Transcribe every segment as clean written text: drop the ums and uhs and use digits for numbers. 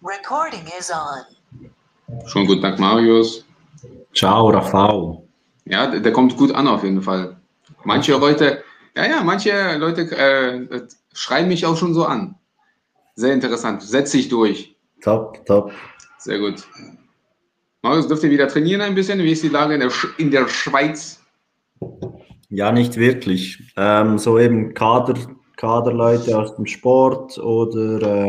Recording is on. Schon guten Tag, Marius. Ciao, Rafał. Ja, der kommt gut an auf jeden Fall. Manche Leute schreiben mich auch schon so an. Sehr interessant. Setz dich durch. Top, top. Sehr gut. Marius, dürft ihr wieder trainieren ein bisschen? Wie ist die Lage in der Schweiz? Ja, nicht wirklich. So eben Kaderleute aus dem Sport oder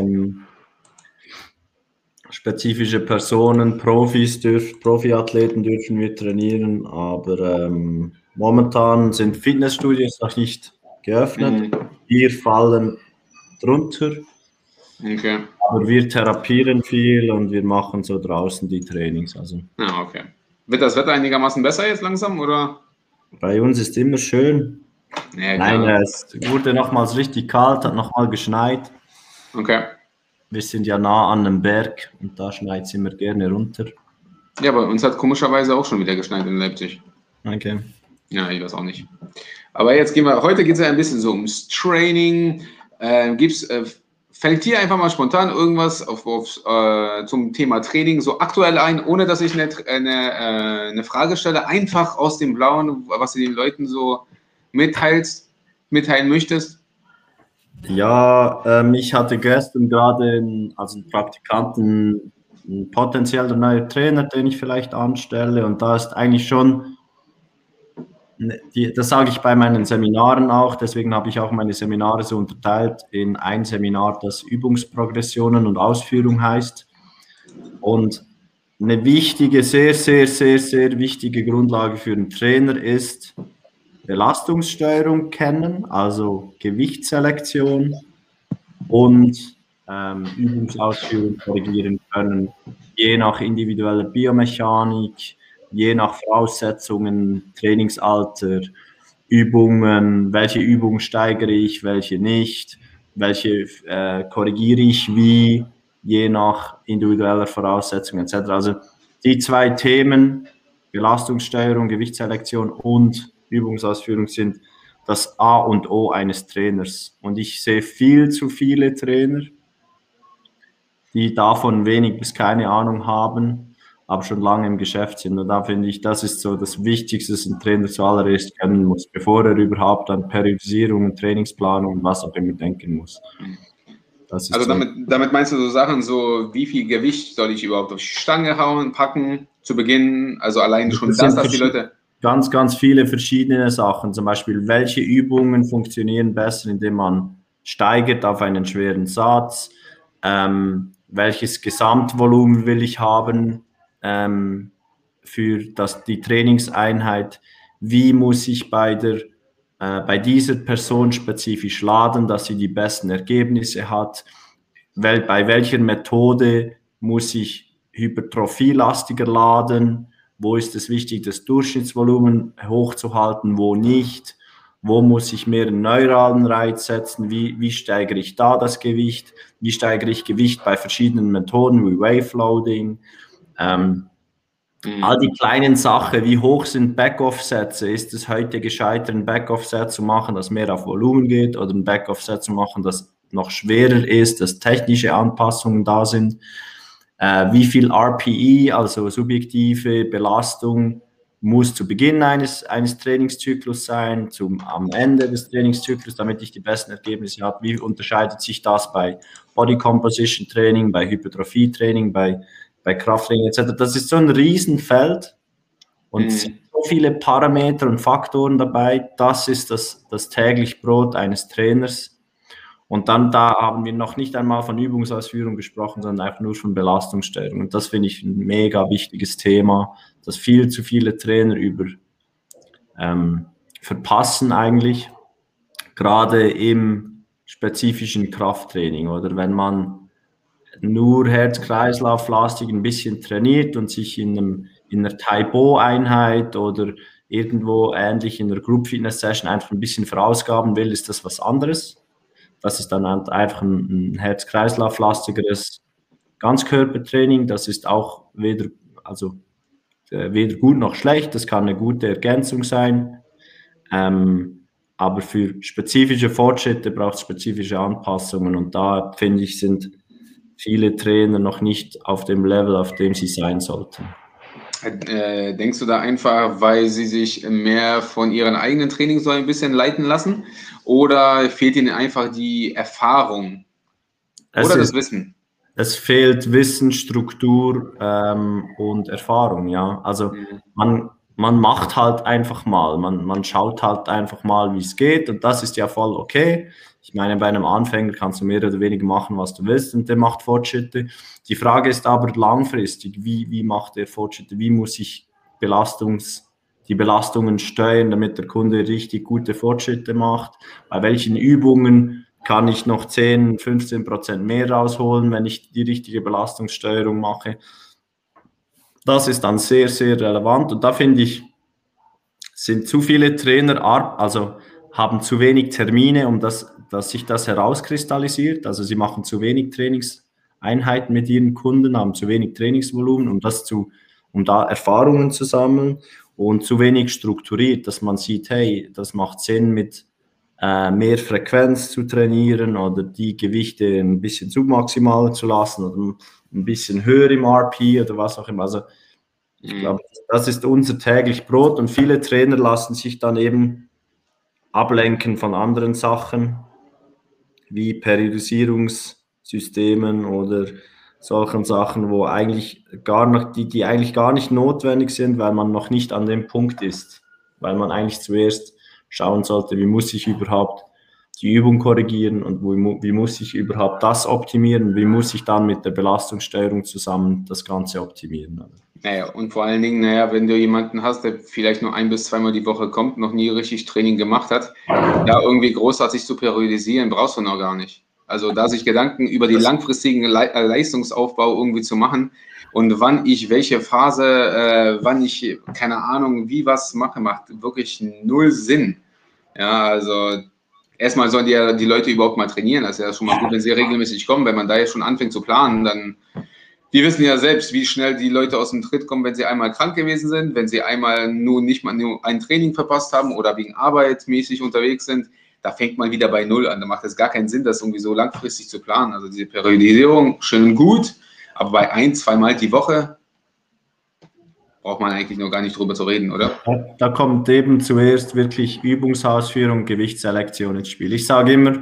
spezifische Personen, Profiathleten dürfen wir trainieren, aber momentan sind Fitnessstudios noch nicht geöffnet. Wir fallen drunter. Okay. Aber wir therapieren viel und wir machen so draußen die Trainings. Also. Ja, okay. Wird das Wetter einigermaßen besser jetzt langsam, oder? Bei uns ist immer schön. Ja, nein, es wurde nochmals richtig kalt, hat nochmal geschneit. Okay. Wir sind ja nah an einem Berg und da schneit es immer gerne runter. Ja, bei uns hat komischerweise auch schon wieder geschneit in Leipzig. Okay. Ja, ich weiß auch nicht. Aber heute geht es ja ein bisschen so ums Training. Fällt dir einfach mal spontan irgendwas zum Thema Training so aktuell ein, ohne dass ich eine Frage stelle, einfach aus dem Blauen, was du den Leuten so mitteilen möchtest? Ja, ich hatte gestern gerade einen Praktikanten, einen potenzieller neuer Trainer, den ich vielleicht anstelle, und da ist eigentlich schon, das sage ich bei meinen Seminaren auch, deswegen habe ich auch meine Seminare so unterteilt in ein Seminar, das Übungsprogressionen und Ausführung heißt. Und eine wichtige, sehr, sehr, sehr, sehr wichtige Grundlage für einen Trainer ist Belastungssteuerung kennen, also Gewichtsselektion und Übungsausführung korrigieren können, je nach individueller Biomechanik, je nach Voraussetzungen, Trainingsalter, Übungen, welche Übungen steigere ich, welche nicht, welche korrigiere ich wie, je nach individueller Voraussetzung etc. Also die zwei Themen, Belastungssteuerung, Gewichtsselektion und Übungsausführung, sind das A und O eines Trainers. Und ich sehe viel zu viele Trainer, die davon wenig bis keine Ahnung haben, aber schon lange im Geschäft sind. Und da finde ich, das ist so das Wichtigste, was ein Trainer zuallererst kennen muss, bevor er überhaupt an Periodisierung, Trainingsplanung und was auch immer denken muss. Also so. damit meinst du so Sachen, so wie viel Gewicht soll ich überhaupt auf die Stange packen zu Beginn? Also allein schon das, dass die Leute... Ganz, ganz viele verschiedene Sachen. Zum Beispiel, welche Übungen funktionieren besser, indem man steigert auf einen schweren Satz? Welches Gesamtvolumen will ich haben für die Trainingseinheit? Wie muss ich bei dieser Person spezifisch laden, dass sie die besten Ergebnisse hat? Bei welcher Methode muss ich hypertrophielastiger laden? Wo ist es wichtig, das Durchschnittsvolumen hochzuhalten, wo nicht? Wo muss ich mehr einen neuralen Reiz setzen? Wie steigere ich da das Gewicht? Wie steigere ich Gewicht bei verschiedenen Methoden wie Wave-Loading? All die kleinen Sachen, wie hoch sind Back-Off-Sätze? Ist es heute gescheiter, einen Back-Off-Set zu machen, das mehr auf Volumen geht, oder ein Back-Off-Set zu machen, das noch schwerer ist, dass technische Anpassungen da sind? Wie viel RPE, also subjektive Belastung, muss zu Beginn eines Trainingszyklus sein, am Ende des Trainingszyklus, damit ich die besten Ergebnisse habe? Wie unterscheidet sich das bei Body Composition Training, bei Hypertrophie Training, bei Krafttraining etc.? Das ist so ein Riesenfeld und so viele Parameter und Faktoren dabei. Das ist das täglich Brot eines Trainers. Und dann da haben wir noch nicht einmal von Übungsausführung gesprochen, sondern einfach nur von Belastungssteuerung. Und das finde ich ein mega wichtiges Thema, das viel zu viele Trainer verpassen eigentlich, gerade im spezifischen Krafttraining. Oder wenn man nur Herz-Kreislauf-lastig ein bisschen trainiert und sich in einer Taibo-Einheit oder irgendwo ähnlich in einer Group-Fitness-Session einfach ein bisschen verausgaben will, ist das was anderes. Das ist dann einfach ein Herz-Kreislauf-lastigeres Ganzkörpertraining. Das ist auch weder gut noch schlecht. Das kann eine gute Ergänzung sein. Aber für spezifische Fortschritte braucht es spezifische Anpassungen. Und da, finde ich, sind viele Trainer noch nicht auf dem Level, auf dem sie sein sollten. Denkst du da einfach, weil sie sich mehr von ihren eigenen Trainings so ein bisschen leiten lassen? Oder fehlt ihnen einfach die Erfahrung oder das Wissen? Es fehlt Wissen, Struktur und Erfahrung, ja. Also man macht halt einfach mal, man schaut halt einfach mal, wie es geht und das ist ja voll okay. Ich meine, bei einem Anfänger kannst du mehr oder weniger machen, was du willst und der macht Fortschritte. Die Frage ist aber langfristig, wie macht der Fortschritte? Wie muss ich die Belastungen steuern, damit der Kunde richtig gute Fortschritte macht? Bei welchen Übungen kann ich noch 10, 15% mehr rausholen, wenn ich die richtige Belastungssteuerung mache? Das ist dann sehr, sehr relevant und da finde ich, sind zu viele Trainer, also haben zu wenig Termine, dass sich das herauskristallisiert. Also sie machen zu wenig Trainingseinheiten mit ihren Kunden, haben zu wenig Trainingsvolumen, um da Erfahrungen zu sammeln und zu wenig strukturiert, dass man sieht, hey, das macht Sinn, mit mehr Frequenz zu trainieren oder die Gewichte ein bisschen submaximal zu lassen oder ein bisschen höher im RP oder was auch immer. Also ich glaube, das ist unser täglich Brot und viele Trainer lassen sich dann eben ablenken von anderen Sachen wie Periodisierungssystemen oder solchen Sachen, wo eigentlich die eigentlich gar nicht notwendig sind, weil man noch nicht an dem Punkt ist, weil man eigentlich zuerst schauen sollte, wie muss ich überhaupt die Übung korrigieren und wie muss ich überhaupt das optimieren, wie muss ich dann mit der Belastungssteuerung zusammen das Ganze optimieren. Naja, und vor allen Dingen, wenn du jemanden hast, der vielleicht nur 1- bis 2-mal die Woche kommt, noch nie richtig Training gemacht hat, da irgendwie großartig zu periodisieren, brauchst du noch gar nicht. Also da sich Gedanken über die langfristigen Leistungsaufbau irgendwie zu machen und wann ich welche Phase, wann ich, keine Ahnung, wie was mache, macht wirklich null Sinn. Ja, also erstmal sollen die Leute überhaupt mal trainieren. Das ist ja schon mal gut, wenn sie regelmäßig kommen. Wenn man da jetzt schon anfängt zu planen, dann wir wissen ja selbst, wie schnell die Leute aus dem Tritt kommen, wenn sie einmal krank gewesen sind, wenn sie einmal nicht mal nur ein Training verpasst haben oder wegen Arbeit mäßig unterwegs sind. Da fängt man wieder bei Null an. Da macht es gar keinen Sinn, das irgendwie so langfristig zu planen. Also diese Periodisierung, schön und gut, aber bei 1-, 2-mal die Woche braucht man eigentlich noch gar nicht drüber zu reden, oder? Da kommt eben zuerst wirklich Übungsausführung, Gewichtsselektion ins Spiel. Ich sage immer,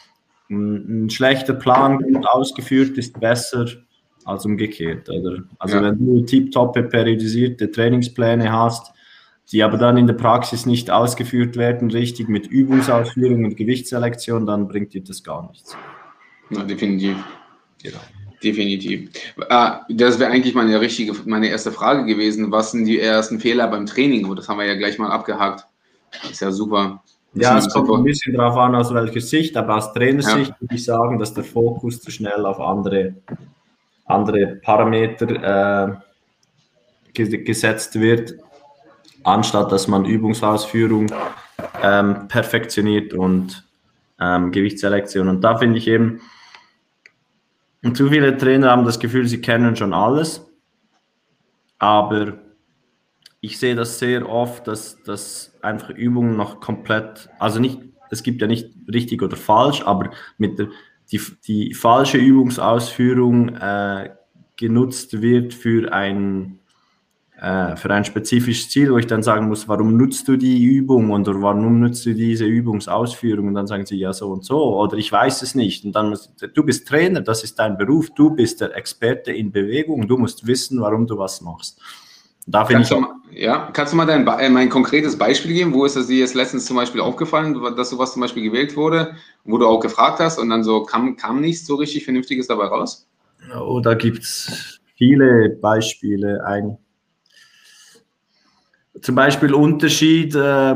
ein schlechter Plan gut ausgeführt ist besser als umgekehrt. Oder? Also wenn du tiptop periodisierte Trainingspläne hast, die aber dann in der Praxis nicht ausgeführt werden, richtig mit Übungsausführung und Gewichtsselektion, dann bringt dir das gar nichts. Ja, definitiv. Genau. Definitiv. Das wäre eigentlich meine erste Frage gewesen. Was sind die ersten Fehler beim Training? Und das haben wir ja gleich mal abgehakt. Das ist ja super. Ja, es kommt ein bisschen darauf an, aus welcher Sicht, aber aus Trainersicht würde ich sagen, dass der Fokus zu schnell auf andere Parameter gesetzt wird, anstatt dass man Übungsausführung perfektioniert und Gewichtsselektion. Und da finde ich eben, zu viele Trainer haben das Gefühl, sie kennen schon alles, aber ich sehe das sehr oft, dass einfach Übungen noch komplett, also nicht, es gibt ja nicht richtig oder falsch, aber die falsche Übungsausführung genutzt wird für ein spezifisches Ziel, wo ich dann sagen muss, warum nutzt du die Übung oder warum nutzt du diese Übungsausführung? Und dann sagen sie, ja, so und so, oder ich weiß es nicht. Und dann du bist Trainer, das ist dein Beruf, du bist der Experte in Bewegung, du musst wissen, warum du was machst. Kannst du mal mein konkretes Beispiel geben? Wo ist es dir jetzt letztens zum Beispiel aufgefallen, dass sowas zum Beispiel gewählt wurde, wo du auch gefragt hast und dann so kam nichts so richtig Vernünftiges dabei raus? Oh, da gibt es viele Beispiele. Zum Beispiel Unterschied,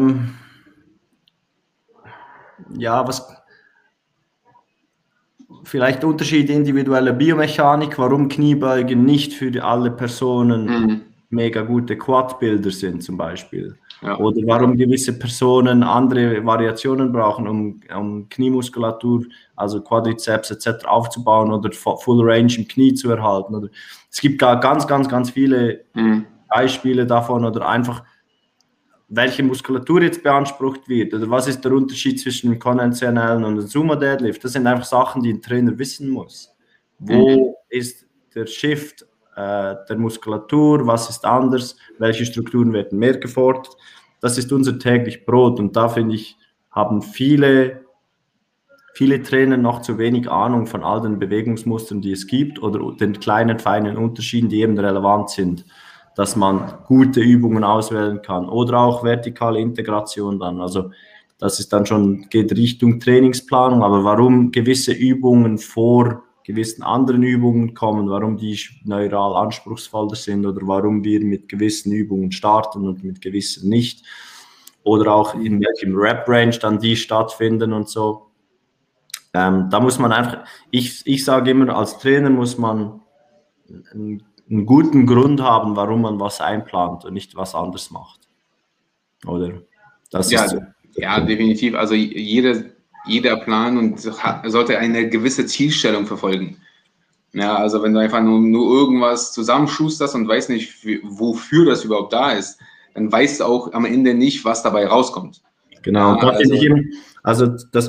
vielleicht Unterschied individueller Biomechanik, warum Kniebeugen nicht für alle Personen mega gute Quad-Bilder sind zum Beispiel. Ja. Oder warum gewisse Personen andere Variationen brauchen, um Kniemuskulatur, also Quadrizeps etc. aufzubauen oder Full Range im Knie zu erhalten. Oder es gibt ganz viele Beispiele davon oder einfach welche Muskulatur jetzt beansprucht wird oder was ist der Unterschied zwischen dem konventionellen und dem Sumo Deadlift. Das sind einfach Sachen, die ein Trainer wissen muss. Wo ist der Shift der Muskulatur, was ist anders, welche Strukturen werden mehr gefordert. Das ist unser täglich Brot und da finde ich, haben viele Trainer noch zu wenig Ahnung von all den Bewegungsmustern, die es gibt oder den kleinen, feinen Unterschieden, die eben relevant sind, dass man gute Übungen auswählen kann oder auch vertikale Integration dann. Also das ist dann schon, geht Richtung Trainingsplanung, aber warum gewisse Übungen vor gewissen anderen Übungen kommen, warum die neural anspruchsvoller sind oder warum wir mit gewissen Übungen starten und mit gewissen nicht oder auch in welchem Rep-Range dann die stattfinden und so. Da muss man einfach, ich sage immer, als Trainer muss man einen guten Grund haben, warum man was einplant und nicht was anderes macht. Oder? Das ja, ist so. Ja, definitiv. Also jeder Plan und sollte eine gewisse Zielstellung verfolgen. Ja, also wenn du einfach nur irgendwas zusammenschusterst und weißt nicht, wofür das überhaupt da ist, dann weißt du auch am Ende nicht, was dabei rauskommt. Genau, ja, da finde ich eben, also das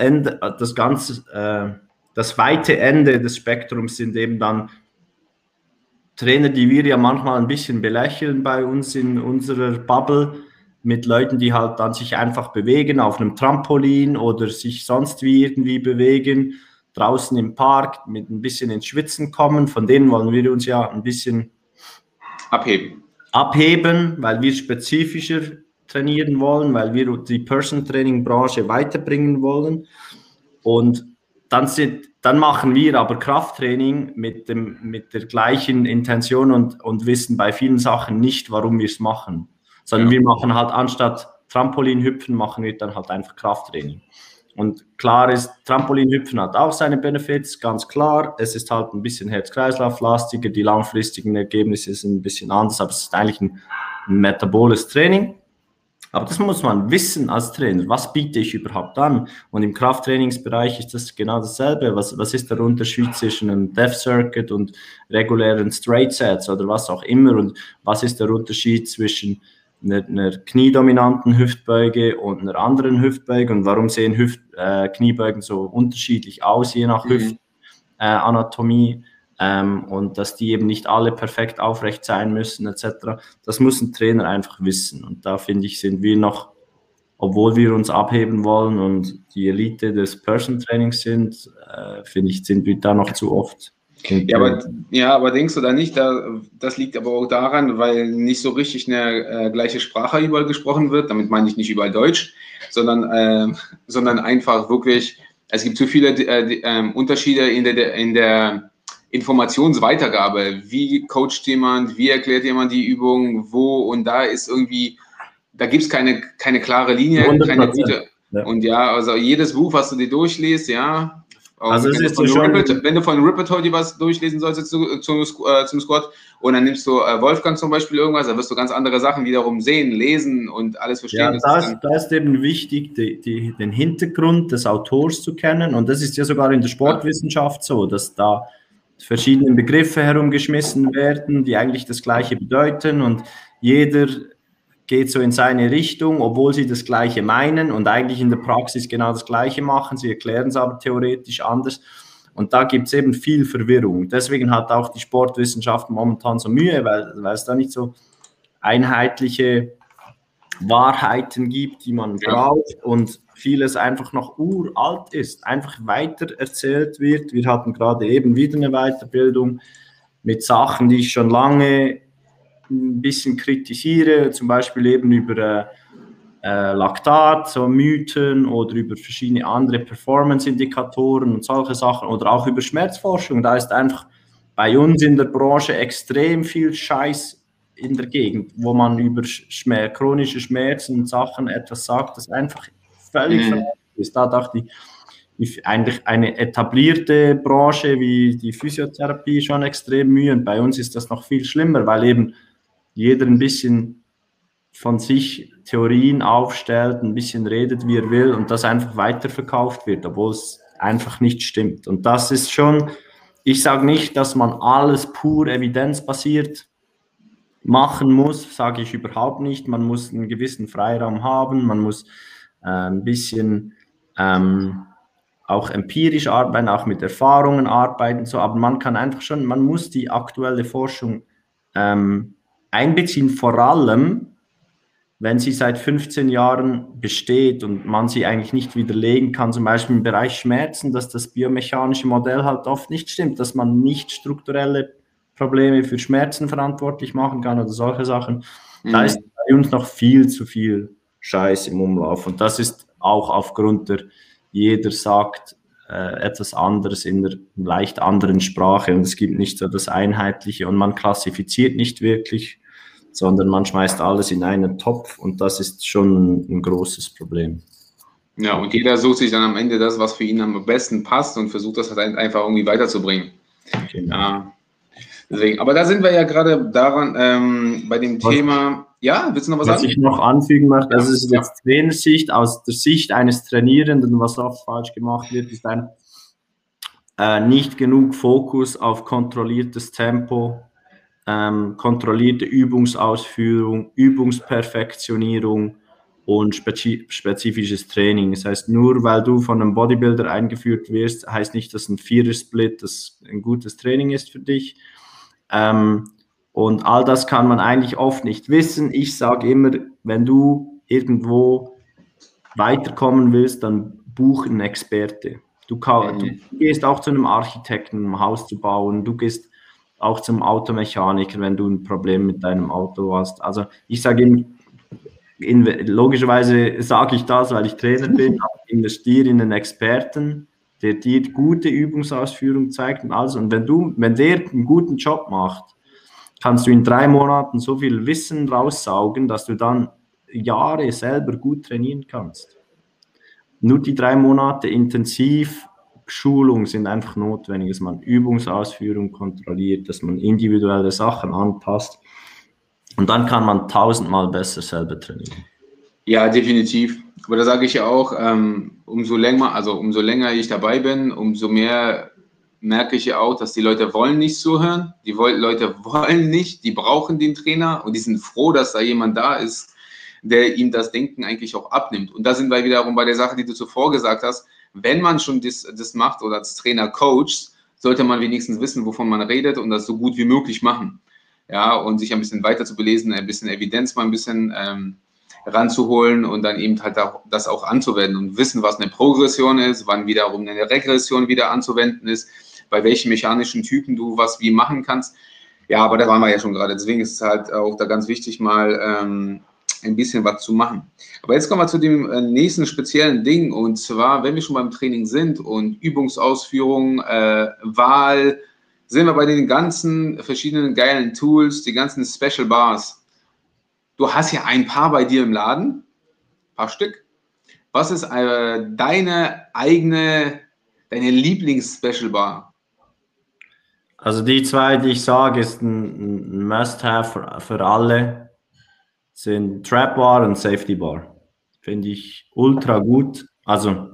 weite Ende des Spektrums sind eben dann Trainer, die wir ja manchmal ein bisschen belächeln bei uns in unserer Bubble, mit Leuten, die halt dann sich einfach bewegen auf einem Trampolin oder sich sonst wie irgendwie bewegen, draußen im Park mit ein bisschen ins Schwitzen kommen. Von denen wollen wir uns ja ein bisschen abheben, weil wir spezifischer trainieren wollen, weil wir die Person-Training-Branche weiterbringen wollen. Und dann machen wir aber Krafttraining mit der gleichen Intention und wissen bei vielen Sachen nicht, warum wir es machen. Sondern wir machen halt anstatt Trampolinhüpfen, machen wir dann halt einfach Krafttraining. Und klar ist, Trampolinhüpfen hat auch seine Benefits, ganz klar. Es ist halt ein bisschen Herz-Kreislauf-lastiger, die langfristigen Ergebnisse sind ein bisschen anders, aber es ist eigentlich ein metaboles Training. Aber das muss man wissen als Trainer. Was biete ich überhaupt an? Und im Krafttrainingsbereich ist das genau dasselbe. Was ist der Unterschied zwischen einem Death Circuit und regulären Straight Sets oder was auch immer? Und was ist der Unterschied zwischen einer kniedominanten Hüftbeuge und einer anderen Hüftbeuge? Und warum sehen Kniebeugen so unterschiedlich aus, je nach Hüftanatomie? Und dass die eben nicht alle perfekt aufrecht sein müssen, etc. Das muss ein Trainer einfach wissen. Und da finde ich, sind wir noch, obwohl wir uns abheben wollen und die Elite des Person-Trainings sind, finde ich, sind wir da noch zu oft. Aber denkst du da nicht, das liegt aber auch daran, weil nicht so richtig eine gleiche Sprache überall gesprochen wird, damit meine ich nicht überall Deutsch, sondern einfach wirklich, es gibt zu viele Unterschiede in der Informationsweitergabe. Wie coacht jemand, wie erklärt jemand die Übung, wo, und da ist irgendwie, da gibt es keine klare Linie, 100%. Keine gute. Ja. Und ja, also jedes Buch, was du dir durchliest, ja. Also wenn du von Ripetol was durchlesen solltest zum Squat und dann nimmst du Wolfgang zum Beispiel irgendwas, dann wirst du ganz andere Sachen wiederum sehen, lesen und alles verstehen. Ja, da ist eben wichtig, den Hintergrund des Autors zu kennen, und das ist ja sogar in der Sportwissenschaft so, dass da verschiedene Begriffe herumgeschmissen werden, die eigentlich das Gleiche bedeuten, und jeder geht so in seine Richtung, obwohl sie das Gleiche meinen und eigentlich in der Praxis genau das Gleiche machen. Sie erklären es aber theoretisch anders. Und da gibt es eben viel Verwirrung. Deswegen hat auch die Sportwissenschaft momentan so Mühe, weil es da nicht so einheitliche Wahrheiten gibt, die man braucht, und vieles einfach noch uralt ist, einfach weiter erzählt wird. Wir hatten gerade eben wieder eine Weiterbildung mit Sachen, die ich schon lange ein bisschen kritisiere, zum Beispiel eben über Laktat, so Mythen, oder über verschiedene andere Performance-Indikatoren und solche Sachen, oder auch über Schmerzforschung. Da ist einfach bei uns in der Branche extrem viel Scheiß in der Gegend, wo man über chronische Schmerzen und Sachen etwas sagt, das einfach völlig verletzt ist. Da dachte ich, eigentlich eine etablierte Branche wie die Physiotherapie schon extrem Mühe, und bei uns ist das noch viel schlimmer, weil eben jeder ein bisschen von sich Theorien aufstellt, ein bisschen redet, wie er will, und das einfach weiterverkauft wird, obwohl es einfach nicht stimmt. Und das ist schon, ich sage nicht, dass man alles pur evidenzbasiert machen muss, sage ich überhaupt nicht. Man muss einen gewissen Freiraum haben, man muss ein bisschen auch empirisch arbeiten, auch mit Erfahrungen arbeiten, so, aber man kann einfach schon, man muss die aktuelle Forschung einbeziehen, vor allem, wenn sie seit 15 Jahren besteht und man sie eigentlich nicht widerlegen kann, zum Beispiel im Bereich Schmerzen, dass das biomechanische Modell halt oft nicht stimmt, dass man nicht strukturelle Probleme für Schmerzen verantwortlich machen kann oder solche Sachen. Da ist bei uns noch viel zu viel Scheiß im Umlauf und das ist auch aufgrund der, jeder sagt etwas anderes in einer leicht anderen Sprache und es gibt nicht so das Einheitliche und man klassifiziert nicht wirklich, sondern man schmeißt alles in einen Topf und das ist schon ein großes Problem. Ja, und jeder sucht sich dann am Ende das, was für ihn am besten passt und versucht das halt einfach irgendwie weiterzubringen. Genau. Ja, deswegen, aber da sind wir ja gerade daran, bei dem Thema, ja, willst du noch was sagen? Was ich noch anfügen möchte, das ist jetzt Trainersicht, aus der Sicht eines Trainierenden, was oft falsch gemacht wird, ist nicht genug Fokus auf kontrolliertes Tempo, kontrollierte Übungsausführung, Übungsperfektionierung und spezifisches Training. Das heißt, nur weil du von einem Bodybuilder eingeführt wirst, heißt nicht, dass ein Vierer-Split das ein gutes Training ist für dich. Und all das kann man eigentlich oft nicht wissen. Ich sage immer, wenn du irgendwo weiterkommen willst, dann buch einen Experte. Du gehst auch zu einem Architekten, um ein Haus zu bauen. Du gehst auch zum Automechaniker, wenn du ein Problem mit deinem Auto hast. Also ich sage immer, logischerweise sage ich das, weil ich Trainer bin, investiere in einen Experten, der dir gute Übungsausführung zeigt und alles. Und wenn der einen guten Job macht, kannst du in 3 Monaten so viel Wissen raussaugen, dass du dann Jahre selber gut trainieren kannst. Nur die 3 Monate intensiv Schulung sind einfach notwendig, dass man Übungsausführung kontrolliert, dass man individuelle Sachen anpasst und dann kann man 1000-mal besser selber trainieren. Ja, definitiv. Aber da sage ich ja auch, umso länger ich dabei bin, umso mehr merke ich ja auch, dass die Leute wollen nicht zuhören, Leute wollen nicht, die brauchen den Trainer und die sind froh, dass da jemand da ist, der ihnen das Denken eigentlich auch abnimmt. Und da sind wir wiederum bei der Sache, die du zuvor gesagt hast, wenn man schon das macht oder als Trainer coacht, sollte man wenigstens wissen, wovon man redet und das so gut wie möglich machen. Ja, und sich ein bisschen weiter zu belesen, ein bisschen Evidenz mal ein bisschen ranzuholen und dann eben halt auch, das auch anzuwenden und wissen, was eine Progression ist, wann wiederum eine Regression wieder anzuwenden ist, bei welchen mechanischen Typen du was wie machen kannst. Ja, aber da waren wir ja schon gerade. Deswegen ist es halt auch da ganz wichtig, mal ein bisschen was zu machen. Aber jetzt kommen wir zu dem nächsten speziellen Ding und zwar, wenn wir schon beim Training sind und Übungsausführung, Wahl, sind wir bei den ganzen verschiedenen geilen Tools, die ganzen Special Bars. Du hast ja ein paar bei dir im Laden, ein paar Stück. Was ist deine Lieblings-Special Bar? Also die 2, die ich sage, ist ein Must-Have für alle, sind Trap Bar und Safety Bar. Finde ich ultra gut. Also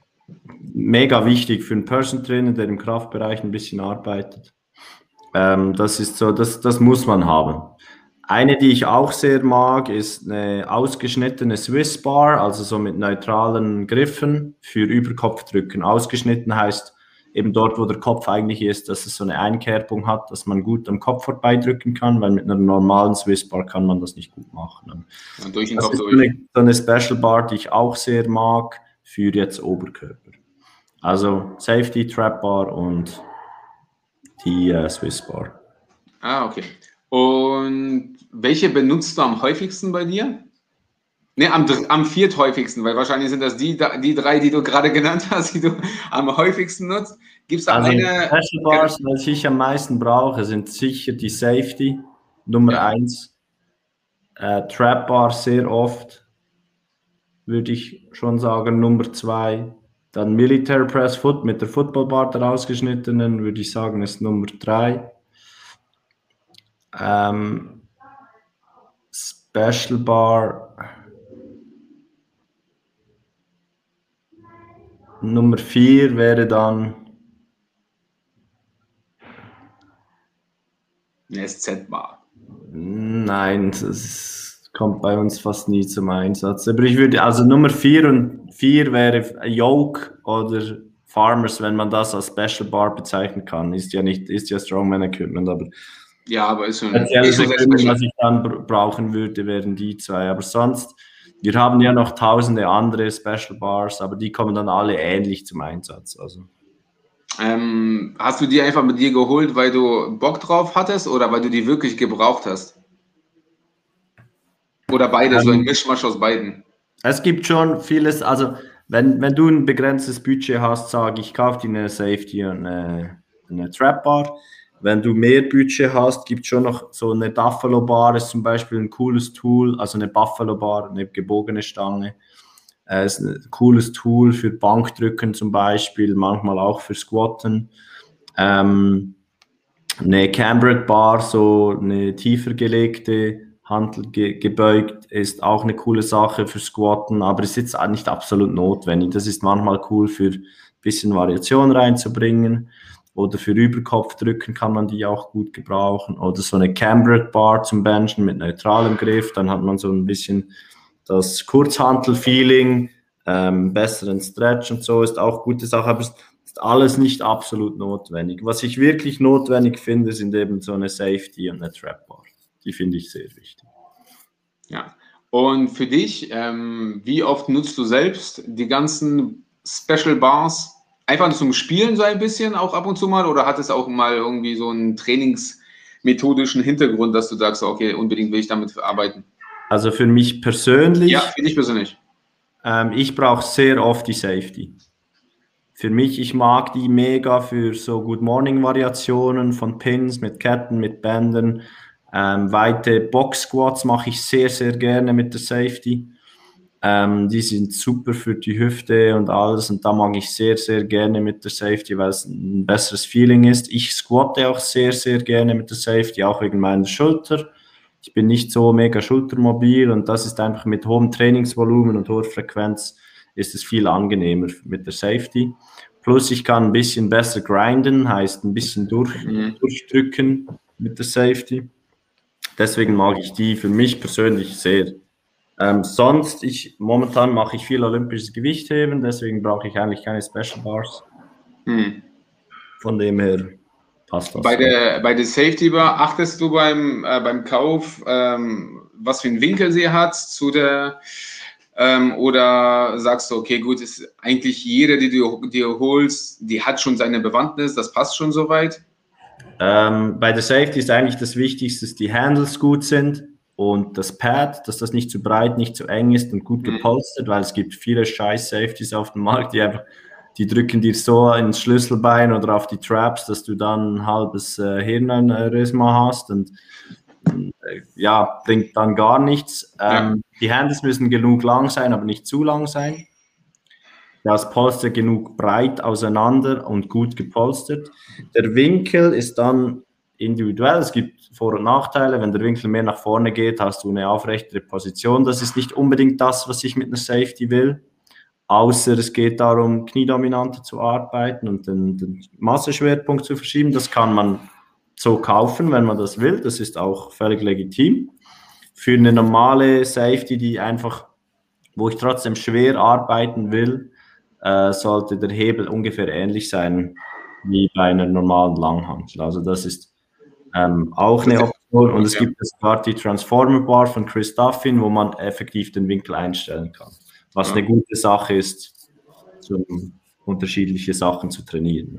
mega wichtig für einen Personal Trainer, der im Kraftbereich ein bisschen arbeitet. Das ist so, das muss man haben. Eine, die ich auch sehr mag, ist eine ausgeschnittene Swiss Bar, also so mit neutralen Griffen für Überkopfdrücken. Ausgeschnitten heißt eben dort, wo der Kopf eigentlich ist, dass es so eine Einkerbung hat, dass man gut am Kopf vorbeidrücken kann, weil mit einer normalen Swiss Bar kann man das nicht gut machen. Ja, durch den das Kopf ist durch. So eine Special Bar, die ich auch sehr mag, für jetzt Oberkörper. Also Safety, Trap Bar und die Swiss Bar. Ah, okay. Und welche benutzt du am häufigsten bei dir? Ne, am vierthäufigsten, weil wahrscheinlich sind das die 3, die du gerade genannt hast, die du am häufigsten nutzt. Gibt es da also eine? Special Bars, was ich am meisten brauche, sind sicher die Safety, Nummer 1. Trap Bar sehr oft, würde ich schon sagen, Nummer 2. Dann Military Press Foot mit der Football Bar, der ausgeschnittenen, würde ich sagen, ist Nummer 3. Special Bar Nummer 4 wäre dann Eine SZ-Bar. Nein, das kommt bei uns fast nie zum Einsatz. Aber ich würde, also Nummer 4 wäre Yoke oder Farmers, wenn man das als Special Bar bezeichnen kann. Ist ja Strongman Equipment, aber ja, aber ist schon spezielles sehr Equipment, special. was ich dann brauchen würde, wären die zwei. Aber sonst, wir haben ja noch tausende andere Special Bars, aber die kommen dann alle ähnlich zum Einsatz. Also. Hast du die einfach mit dir geholt, weil du Bock drauf hattest oder weil du die wirklich gebraucht hast? Oder beide, so ein Mischmasch aus beiden? Es gibt schon vieles, also wenn du ein begrenztes Budget hast, sage ich, kauf dir eine Safety und eine Trap Bar. Wenn du mehr Budget hast, gibt es schon noch so eine Buffalo Bar, ist zum Beispiel ein cooles Tool, also eine Buffalo Bar, eine gebogene Stange. Ist ein cooles Tool für Bankdrücken zum Beispiel, manchmal auch für Squatten. Eine Cambered Bar, so eine tiefer gelegte, Hantel gebeugt, ist auch eine coole Sache für Squatten, aber ist jetzt nicht absolut notwendig. Das ist manchmal cool für ein bisschen Variation reinzubringen. Oder für Überkopfdrücken kann man die auch gut gebrauchen. Oder so eine Cambered Bar zum Benchen mit neutralem Griff, dann hat man so ein bisschen das Kurzhantel-Feeling, besseren Stretch und so, ist auch gute Sache, aber es ist alles nicht absolut notwendig. Was ich wirklich notwendig finde, sind eben so eine Safety und eine Trap Bar. Die finde ich sehr wichtig. Ja. Und für dich, wie oft nutzt du selbst die ganzen Special Bars? Einfach zum Spielen so ein bisschen auch ab und zu mal? Oder hat es auch mal irgendwie so einen trainingsmethodischen Hintergrund, dass du sagst, okay, unbedingt will ich damit arbeiten? Also für mich persönlich? Ja, für dich persönlich. Ich brauche sehr oft die Safety. Für mich, ich mag die mega für so Good Morning Variationen von Pins mit Ketten, mit Bändern. Weite Box Squats mache ich sehr, sehr gerne mit der Safety. Die sind super für die Hüfte und alles und da mag ich sehr, sehr gerne mit der Safety, weil es ein besseres Feeling ist. Ich squatte auch sehr, sehr gerne mit der Safety, auch wegen meiner Schulter. Ich bin nicht so mega schultermobil und das ist einfach mit hohem Trainingsvolumen und hoher Frequenz ist es viel angenehmer mit der Safety. Plus ich kann ein bisschen besser grinden, heißt ein bisschen durchdrücken mit der Safety. Deswegen mag ich die für mich persönlich sehr. Sonst, momentan mache ich viel olympisches Gewichtheben, deswegen brauche ich eigentlich keine Special Bars. Von dem her passt das. Bei der Safety Bar achtest du beim Kauf, was für einen Winkel sie hat zu der oder sagst du, okay, gut, ist eigentlich jede, die du dir holst, die hat schon seine Bewandtnis, das passt schon soweit? Bei der Safety ist eigentlich das Wichtigste, dass die Handles gut sind und das Pad, dass das nicht zu breit, nicht zu eng ist und gut gepolstert, weil es gibt viele scheiß Safeties auf dem Markt, die drücken dir so ins Schlüsselbein oder auf die Traps, dass du dann ein halbes Hirnaneurysma hast und ja, bringt dann gar nichts. Die Handles müssen genug lang sein, aber nicht zu lang sein. Das Polster genug breit auseinander und gut gepolstert. Der Winkel ist dann individuell. Es gibt Vor- und Nachteile. Wenn der Winkel mehr nach vorne geht, hast du eine aufrechtere Position. Das ist nicht unbedingt das, was ich mit einer Safety will. Außer es geht darum, kniedominanter zu arbeiten und den Masseschwerpunkt zu verschieben. Das kann man so kaufen, wenn man das will. Das ist auch völlig legitim. Für eine normale Safety, wo ich trotzdem schwer arbeiten will, sollte der Hebel ungefähr ähnlich sein wie bei einer normalen Langhantel. Also das ist auch eine Option. Und es gibt sogar die Transformer Bar von Chris Duffin, wo man effektiv den Winkel einstellen kann. Was eine gute Sache ist, unterschiedliche Sachen zu trainieren.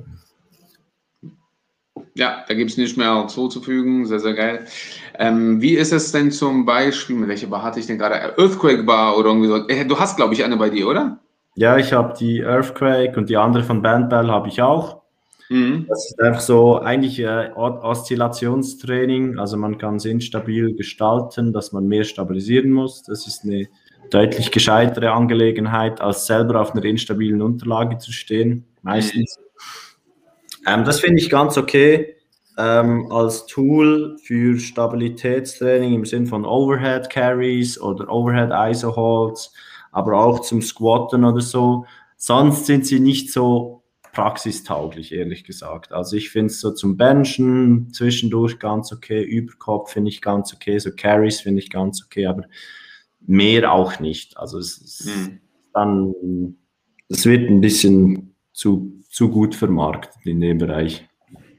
Ja, da gibt es nicht mehr hinzuzufügen. Sehr, sehr geil. Wie ist es denn zum Beispiel, mit welcher Bar hatte ich denn gerade? Earthquake Bar oder irgendwie so. Du hast, glaube ich, eine bei dir, oder? Ja, ich habe die Earthquake und die andere von Bandbell habe ich auch. Das ist einfach so eigentlich Oszillationstraining. Also man kann es instabil gestalten, dass man mehr stabilisieren muss. Das ist eine deutlich gescheitere Angelegenheit, als selber auf einer instabilen Unterlage zu stehen, meistens. Das finde ich ganz okay als Tool für Stabilitätstraining im Sinn von Overhead Carries oder Overhead ISO Holds, aber auch zum Squatten oder so. Sonst sind sie nicht so praxistauglich, ehrlich gesagt. Also ich finde es so zum Benchen zwischendurch ganz okay, Überkopf finde ich ganz okay, so Carries finde ich ganz okay, aber mehr auch nicht. Also es wird ein bisschen zu gut vermarktet in dem Bereich.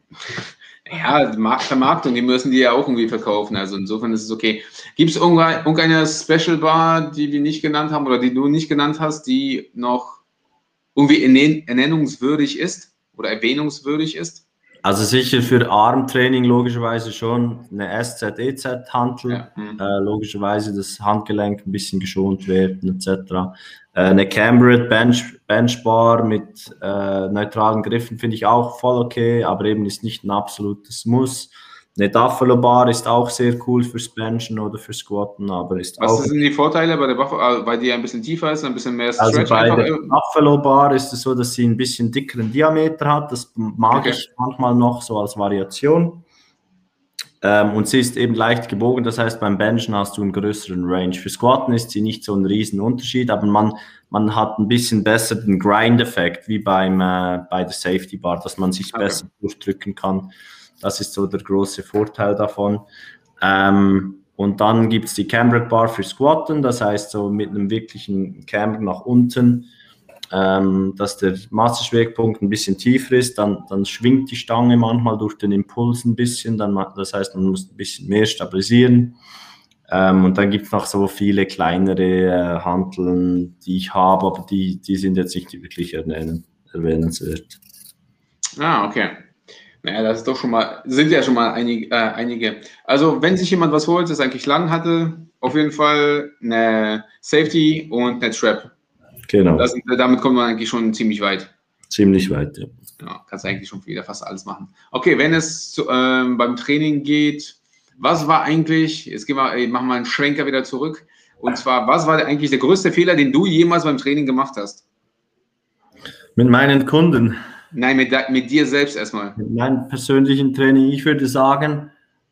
Ja, Vermarktung, die müssen die ja auch irgendwie verkaufen. Also insofern ist es okay. Gibt es irgendeine Special Bar, die wir nicht genannt haben oder die du nicht genannt hast, die noch irgendwie ernennungswürdig ist oder erwähnungswürdig ist? Also sicher für Armtraining logischerweise schon eine SZ-EZ-Hantel, Ja. logischerweise das Handgelenk ein bisschen geschont werden etc. Eine Cambered Benchbar mit neutralen Griffen finde ich auch voll okay, aber eben ist nicht ein absolutes Muss. Eine Duffalo Bar ist auch sehr cool fürs Benchen oder fürs Squatten, aber ist Was auch... sind die Vorteile bei der Buffalo, weil die ein bisschen tiefer ist, ein bisschen mehr Also Stretch bei einfach? der Buffalo Bar ist es so, dass sie ein bisschen dickeren Diameter hat. Das mag ich manchmal noch so als Variation. Und sie ist eben leicht gebogen, das heißt, beim Benchen hast du einen größeren Range. Für Squatten ist sie nicht so ein riesen Unterschied, aber man hat ein bisschen besser den Grind-Effekt, wie bei der Safety Bar, dass man sich besser durchdrücken kann. Das ist so der große Vorteil davon. Und dann gibt es die Cambered Bar für Squatten, das heißt so mit einem wirklichen Camber nach unten, dass der Masseschwerpunkt ein bisschen tiefer ist, dann schwingt die Stange manchmal durch den Impuls ein bisschen, das heißt, man muss ein bisschen mehr stabilisieren. Und dann gibt es noch so viele kleinere Hanteln, die ich habe, aber die sind jetzt nicht wirklich erwähnenswert. Okay. Naja, das ist doch sind ja schon mal einige. Also, wenn sich jemand was holt, das eigentlich lang hatte, auf jeden Fall eine Safety und eine Trap. Genau. Damit kommt man eigentlich schon ziemlich weit. Ziemlich weit, ja. Ja, kannst du eigentlich schon wieder fast alles machen. Okay, wenn es beim Training geht, was war eigentlich, jetzt machen wir einen Schwenker wieder zurück, und zwar, was war eigentlich der größte Fehler, den du jemals beim Training gemacht hast? Mit meinen Kunden? Nein, mit dir selbst erstmal. Mit meinem persönlichen Training, ich würde sagen,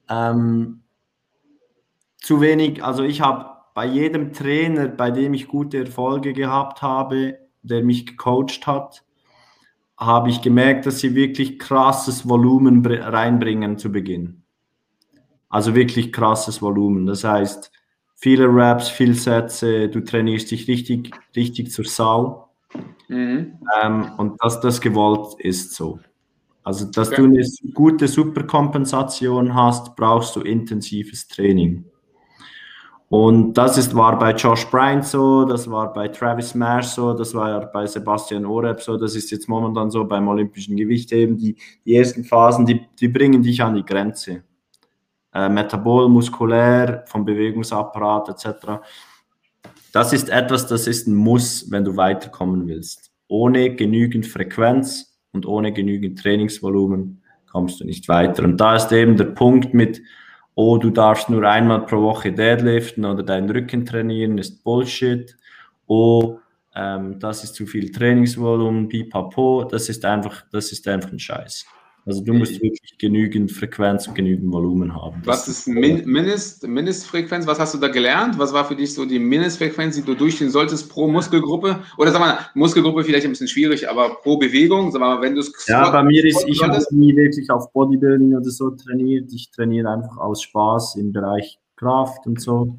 zu wenig, also ich habe bei jedem Trainer, bei dem ich gute Erfolge gehabt habe, der mich gecoacht hat, habe ich gemerkt, dass sie wirklich krasses Volumen reinbringen zu Beginn. Also wirklich krasses Volumen. Das heißt, viele Reps, viele Sätze, du trainierst dich richtig zur Sau. Und dass das gewollt ist so. Also, dass du eine gute Superkompensation hast, brauchst du intensives Training. Und das war bei Josh Bryant so, das war bei Travis Marsh so, das war bei Sebastian Oreb so, das ist jetzt momentan so beim olympischen Gewichtheben. Die ersten Phasen, die bringen dich an die Grenze. Metabol, muskulär, vom Bewegungsapparat etc. Das ist etwas, das ist ein Muss, wenn du weiterkommen willst. Ohne genügend Frequenz und ohne genügend Trainingsvolumen kommst du nicht weiter. Und da ist eben der Punkt mit, oh, du darfst nur einmal pro Woche deadliften oder deinen Rücken trainieren, ist Bullshit. Oh, das ist zu viel Trainingsvolumen, pipapo, das ist einfach ein Scheiß. Also du musst wirklich genügend Frequenz und genügend Volumen haben. Was ist Mindestfrequenz? Was hast du da gelernt? Was war für dich so die Mindestfrequenz, die du durchziehen solltest pro Muskelgruppe? Oder sag mal, Muskelgruppe vielleicht ein bisschen schwierig, aber pro Bewegung, sag mal, wenn du es... Ja, bei mir ist, ich habe nie wirklich auf Bodybuilding oder so trainiert. Ich trainiere einfach aus Spaß im Bereich Kraft und so.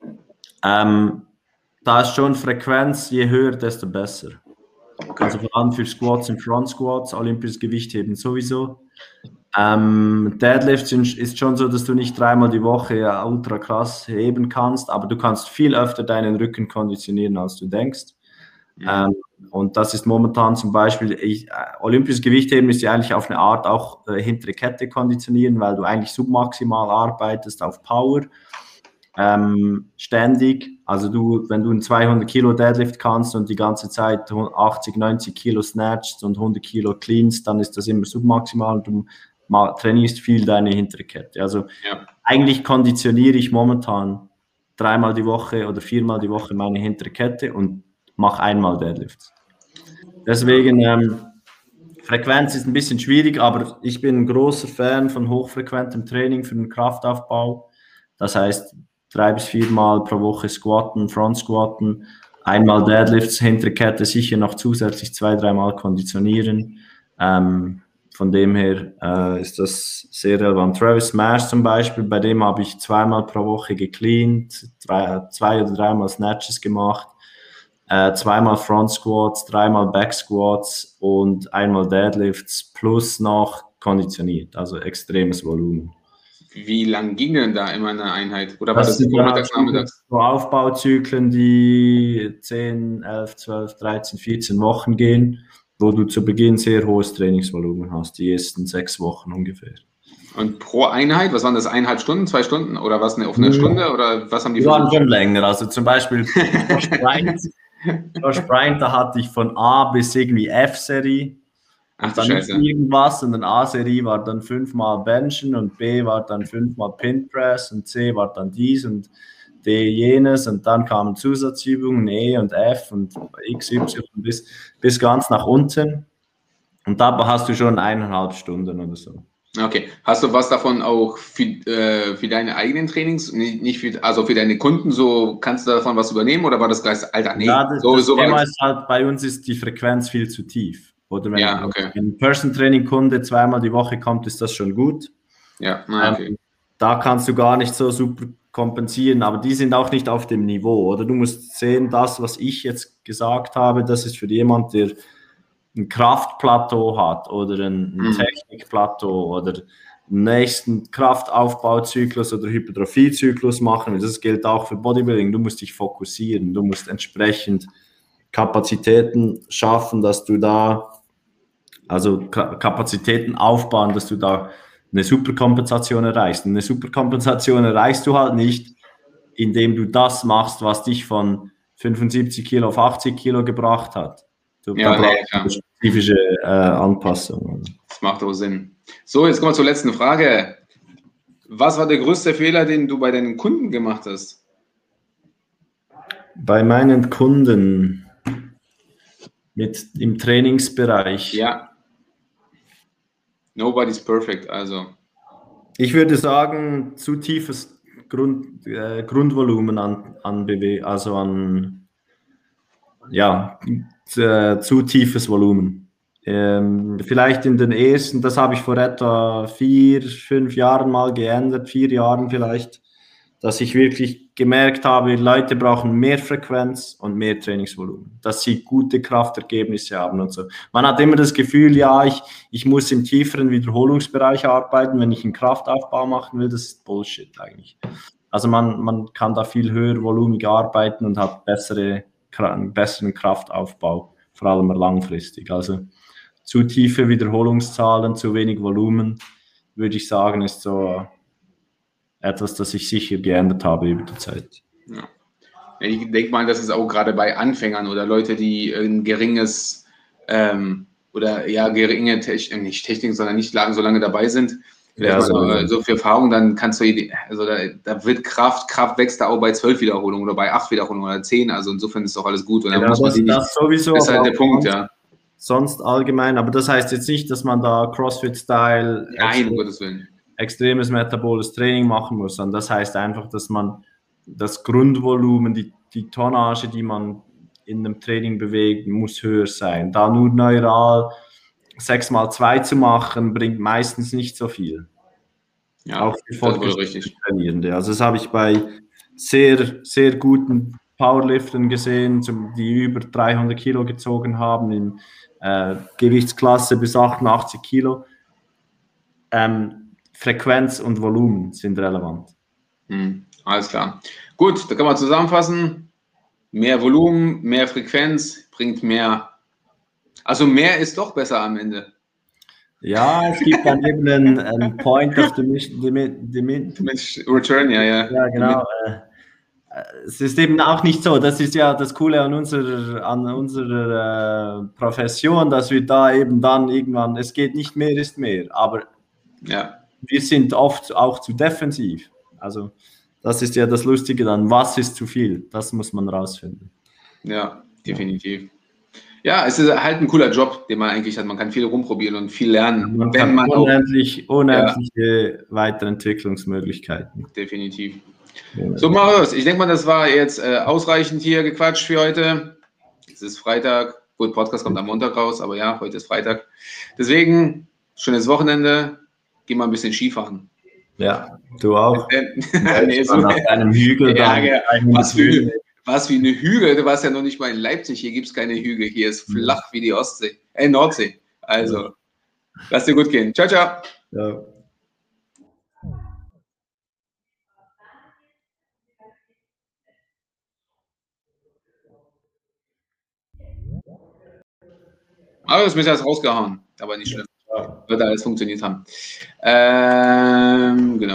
Da ist schon Frequenz, je höher, desto besser. Okay. Also vor allem für Squats und Front Squats, olympisches Gewichtheben sowieso. Deadlifts ist schon so, dass du nicht 3-mal die Woche ultra krass heben kannst, aber du kannst viel öfter deinen Rücken konditionieren, als du denkst. Und das ist momentan zum Beispiel, olympisches Gewichtheben ist ja eigentlich auf eine Art auch hintere Kette konditionieren, weil du eigentlich submaximal arbeitest auf Power. Ständig, also wenn du einen 200 Kilo Deadlift kannst und die ganze Zeit 80, 90 Kilo snatchst und 100 Kilo cleanst, dann ist das immer submaximal und du trainierst viel deine hintere Kette. Also eigentlich konditioniere ich momentan 3-mal die Woche oder 4-mal die Woche meine hintere Kette und mache einmal Deadlifts. Deswegen, Frequenz ist ein bisschen schwierig, aber ich bin ein großer Fan von hochfrequentem Training für den Kraftaufbau. Das heißt, 3 bis 4-mal pro Woche squatten, Front squatten, einmal Deadlifts, hintere Kette sicher noch zusätzlich 2-3-mal konditionieren. Von dem her ist das sehr relevant. Travis Marsh zum Beispiel, bei dem habe ich 2-mal pro Woche gecleant, 2 oder 3-mal Snatches gemacht. 2-mal Front Squats, 3-mal Back Squats und 1-mal Deadlifts plus noch konditioniert, also extremes Volumen. Wie lang ging denn da immer eine Einheit? Oder war Das das sind vormittags, nachmittags? so Aufbauzyklen, die 10, 11, 12, 13, 14 Wochen gehen, wo du zu Beginn sehr hohes Trainingsvolumen hast, die ersten 6 Wochen ungefähr. Und pro Einheit, was waren das, 1,5 Stunden, 2 Stunden oder was, auf eine Stunde oder was haben die Die waren versucht? schon länger, also zum Beispiel Josh Bryant, da hatte ich von A bis irgendwie F-Serie. Ach Und du dann nicht Scheiße. irgendwas, sondern A-Serie war dann 5-mal Benchen und B war dann 5-mal Pin Press und C war dann dies und D jenes und dann kamen Zusatzübungen E und F und X, Y bis ganz nach unten und da hast du schon 1,5 Stunden oder so. Okay. Hast du was davon auch für deine eigenen Trainings, nicht für, also für deine Kunden, so kannst du davon was übernehmen oder war das gleich, Alter, nee, Ja, das so Thema weit. ist halt, bei uns ist die Frequenz viel zu tief. Oder wenn Ja, okay. ein Person-Training-Kunde 2-mal die Woche kommt, ist das schon gut. Ja, okay. Da kannst du gar nicht so super kompensieren, aber die sind auch nicht auf dem Niveau. Oder du musst sehen, das, was ich jetzt gesagt habe, das ist für jemand, der ein Kraftplateau hat oder ein Technikplateau oder einen nächsten Kraftaufbauzyklus oder Hypertrophiezyklus machen. Das gilt auch für Bodybuilding. Du musst dich fokussieren, du musst entsprechend Kapazitäten schaffen, dass du da, also Kapazitäten aufbauen, dass du da eine Superkompensation erreichst. Und eine Superkompensation erreichst du halt nicht, indem du das machst, was dich von 75 Kilo auf 80 Kilo gebracht hat. Ja, da brauchst du eine spezifische Anpassung. Das macht auch Sinn. So, jetzt kommen wir zur letzten Frage. Was war der größte Fehler, den du bei deinen Kunden gemacht hast? Bei meinen Kunden im Trainingsbereich. Ja. Nobody's perfect, also. Ich würde sagen, zu tiefes Grundvolumen an zu tiefes Volumen. Vielleicht in den ersten, das habe ich vor etwa 4, 5 Jahren mal geändert, 4 Jahren vielleicht, dass ich wirklich gemerkt habe, Leute brauchen mehr Frequenz und mehr Trainingsvolumen, dass sie gute Kraftergebnisse haben und so. Man hat immer das Gefühl, ja, ich muss im tieferen Wiederholungsbereich arbeiten, wenn ich einen Kraftaufbau machen will, das ist Bullshit eigentlich. Also man kann da viel höher volumig arbeiten und hat einen besseren Kraftaufbau, vor allem langfristig. Also zu tiefe Wiederholungszahlen, zu wenig Volumen, würde ich sagen, ist so etwas, das ich sicher geändert habe über die Zeit. Ja. Ich denke mal, das ist auch gerade bei Anfängern oder Leute, die ein geringes geringe nicht Technik, sondern nicht so lange dabei sind. Vielleicht so viel Erfahrung, dann kannst du, also da wird Kraft wächst da auch bei 12 Wiederholungen oder bei 8 Wiederholungen oder 10, also insofern ist doch alles gut. Und dann muss man das sowieso. Das ist halt der Punkt, ja. Sonst allgemein, aber das heißt jetzt nicht, dass man da CrossFit-Style extremes metaboles Training machen muss, sondern das heißt einfach, dass man das Grundvolumen, die Tonnage, die man in einem Training bewegt, muss höher sein. Da nur neural 6x2 zu machen, bringt meistens nicht so viel. Ja, auch für fortgeschrittene Trainierende. Also das habe ich bei sehr, sehr guten Powerliftern gesehen, die über 300 Kilo gezogen haben, in Gewichtsklasse bis 88 Kilo. Frequenz und Volumen sind relevant. Alles klar. Gut, da kann man zusammenfassen. Mehr Volumen, mehr Frequenz bringt mehr. Also mehr ist doch besser am Ende. Ja, es gibt dann eben einen Point of Return, ja. Ja, genau. Es ist eben auch nicht so, das ist ja das Coole an unserer Profession, dass wir da eben dann irgendwann, es geht nicht mehr, ist mehr, aber wir sind oft auch zu defensiv. Also das ist ja das Lustige dann, was ist zu viel? Das muss man rausfinden. Ja, definitiv. Ja, es ist halt ein cooler Job, den man eigentlich hat. Man kann viel rumprobieren und viel lernen. Man kann unendliche Weiterentwicklungsmöglichkeiten. Definitiv. Ja. So, Marius, ich denke mal, das war jetzt ausreichend hier gequatscht für heute. Es ist Freitag. Gut, Podcast kommt am Montag raus, aber ja, heute ist Freitag. Deswegen, schönes Wochenende. Geh mal ein bisschen Skifahren. Ja, du auch. Nee, so auf einem Hügel. Ja, Was wie eine Hügel, du warst ja noch nicht mal in Leipzig, hier gibt es keine Hügel, hier ist flach wie die Nordsee. Also, lass dir gut gehen. Ciao, ciao. Ja. Aber das ist mir jetzt rausgehauen, aber nicht schlimm. Ja. Wird alles funktioniert haben. Genau.